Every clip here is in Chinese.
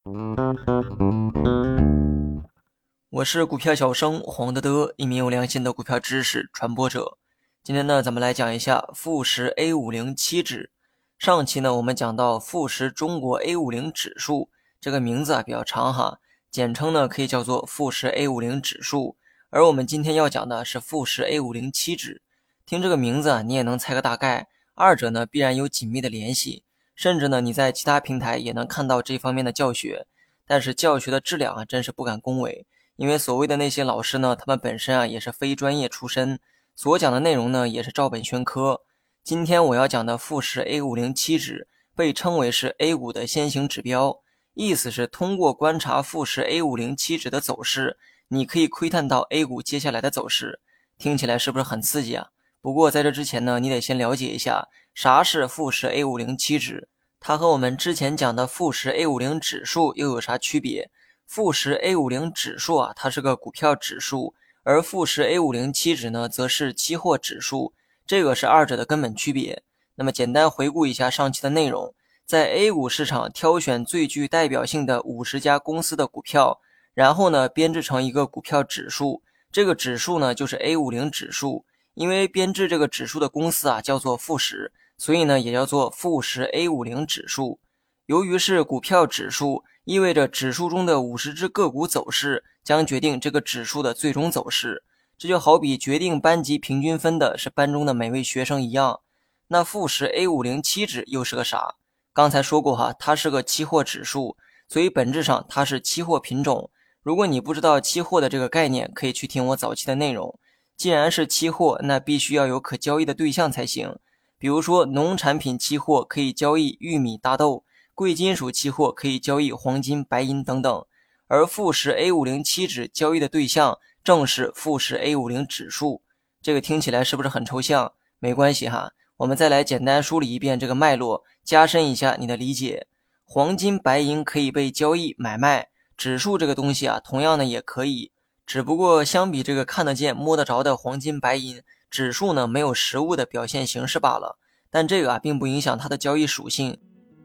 我是股票小生黄德德，一名有良心的股票知识传播者。今天呢，咱们来讲一下富时 A50 期指。上期呢，我们讲到富时中国 A50 指数，这个名字比较长哈，简称呢可以叫做富时 A50 指数。而我们今天要讲的是富时 A50 期指。听这个名字你也能猜个大概，二者呢必然有紧密的联系，甚至呢你在其他平台也能看到这方面的教学。但是教学的质量真是不敢恭维。因为所谓的那些老师呢，他们本身也是非专业出身，所讲的内容呢也是照本宣科。今天我要讲的富时 A50 期指被称为是 A 股的先行指标，意思是通过观察富时 A50 期指的走势，你可以窥探到 A 股接下来的走势。听起来是不是很刺激啊？不过在这之前呢，你得先了解一下啥是富时 A50 期指，它和我们之前讲的富时 A50 指数又有啥区别？富时 A50 指数它是个股票指数，而富时 A50 期指呢，则是期货指数，这个是二者的根本区别。那么简单回顾一下上期的内容，在 A 股市场挑选最具代表性的50家公司的股票，然后呢编制成一个股票指数，这个指数呢就是 A50 指数。因为编制这个指数的公司叫做富时，所以呢也叫做富时 A50 指数。由于是股票指数，意味着指数中的50只个股走势将决定这个指数的最终走势。这就好比决定班级平均分的是班中的每位学生一样。那富时 A50 期指又是个啥？刚才说过它是个期货指数，所以本质上它是期货品种。如果你不知道期货的这个概念，可以去听我早期的内容。既然是期货，那必须要有可交易的对象才行。比如说农产品期货可以交易玉米、大豆，贵金属期货可以交易黄金、白银等等，而富时 A50 期指交易的对象正是富时 A50 指数。这个听起来是不是很抽象？没关系我们再来简单梳理一遍这个脉络，加深一下你的理解。黄金、白银可以被交易买卖，指数这个东西同样呢也可以，只不过相比这个看得见摸得着的黄金、白银，指数呢没有实物的表现形式罢了，但这个并不影响它的交易属性。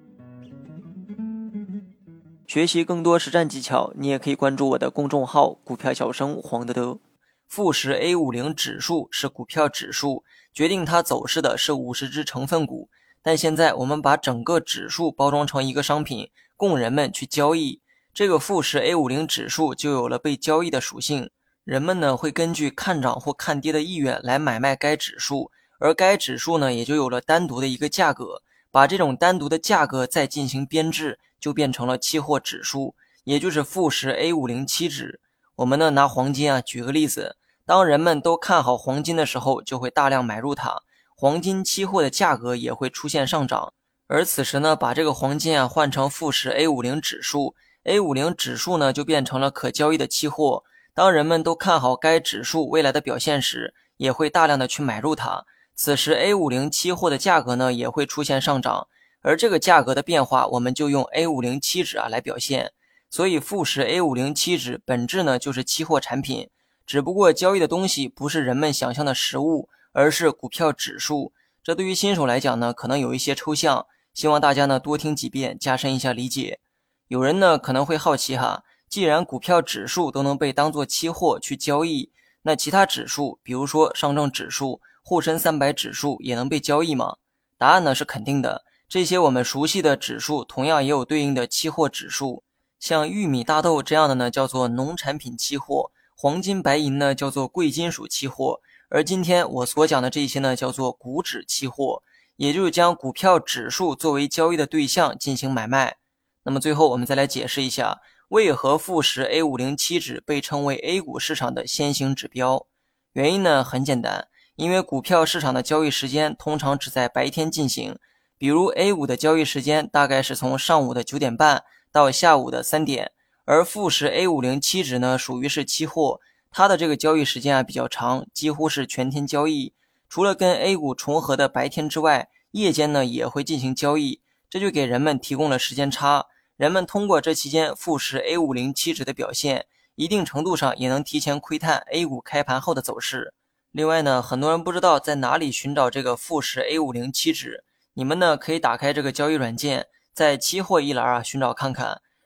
学习更多实战技巧，你也可以关注我的公众号股票小生黄德德。富时 A50 指数是股票指数，决定它走势的是50只成分股，但现在我们把整个指数包装成一个商品，供人们去交易，这个富时 A50 指数就有了被交易的属性。人们呢会根据看涨或看跌的意愿来买卖该指数，而该指数呢也就有了单独的一个价格，把这种单独的价格再进行编制，就变成了期货指数，也就是富时 A50 期指。我们呢拿黄金举个例子，当人们都看好黄金的时候，就会大量买入它，黄金期货的价格也会出现上涨。而此时呢，把这个黄金换成富时 A50 指数，A50 指数呢就变成了可交易的期货。当人们都看好该指数未来的表现时，也会大量的去买入它。此时 A50 期货的价格呢也会出现上涨，而这个价格的变化，我们就用 A50 期指来表现。所以富时 A50 期指本质呢就是期货产品，只不过交易的东西不是人们想象的实物，而是股票指数。这对于新手来讲呢，可能有一些抽象，希望大家呢多听几遍，加深一下理解。有人呢可能会好奇既然股票指数都能被当作期货去交易，那其他指数，比如说上证指数、沪深300指数也能被交易吗？答案呢是肯定的。这些我们熟悉的指数同样也有对应的期货指数，像玉米、大豆这样的呢叫做农产品期货，黄金、白银呢叫做贵金属期货，而今天我所讲的这些呢叫做股指期货，也就是将股票指数作为交易的对象进行买卖。那么最后我们再来解释一下，为何富时 A50 期指被称为 A 股市场的先行指标？原因呢很简单，因为股票市场的交易时间通常只在白天进行，比如 A 股的交易时间大概是从上午的9点半到下午的3点，而富时 A50 期指呢属于是期货，它的这个交易时间比较长，几乎是全天交易。除了跟 A 股重合的白天之外，夜间呢也会进行交易，这就给人们提供了时间差。人们通过这期间富时 A50 期指的表现，一定程度上也能提前窥探 A 股开盘后的走势。另外呢，很多人不知道在哪里寻找这个富时 A50 期指，你们呢可以打开这个交易软件，在期货一栏寻找看看。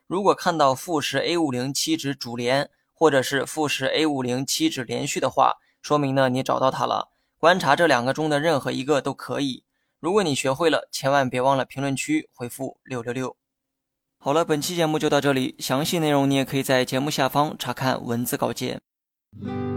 如果看到富时 A50 期指主连，或者是富时 A50 期指连续的话，说明呢你找到它了。观察这两个中的任何一个都可以。如果你学会了，千万别忘了评论区回复666。好了，本期节目就到这里，详细内容你也可以在节目下方查看文字稿件。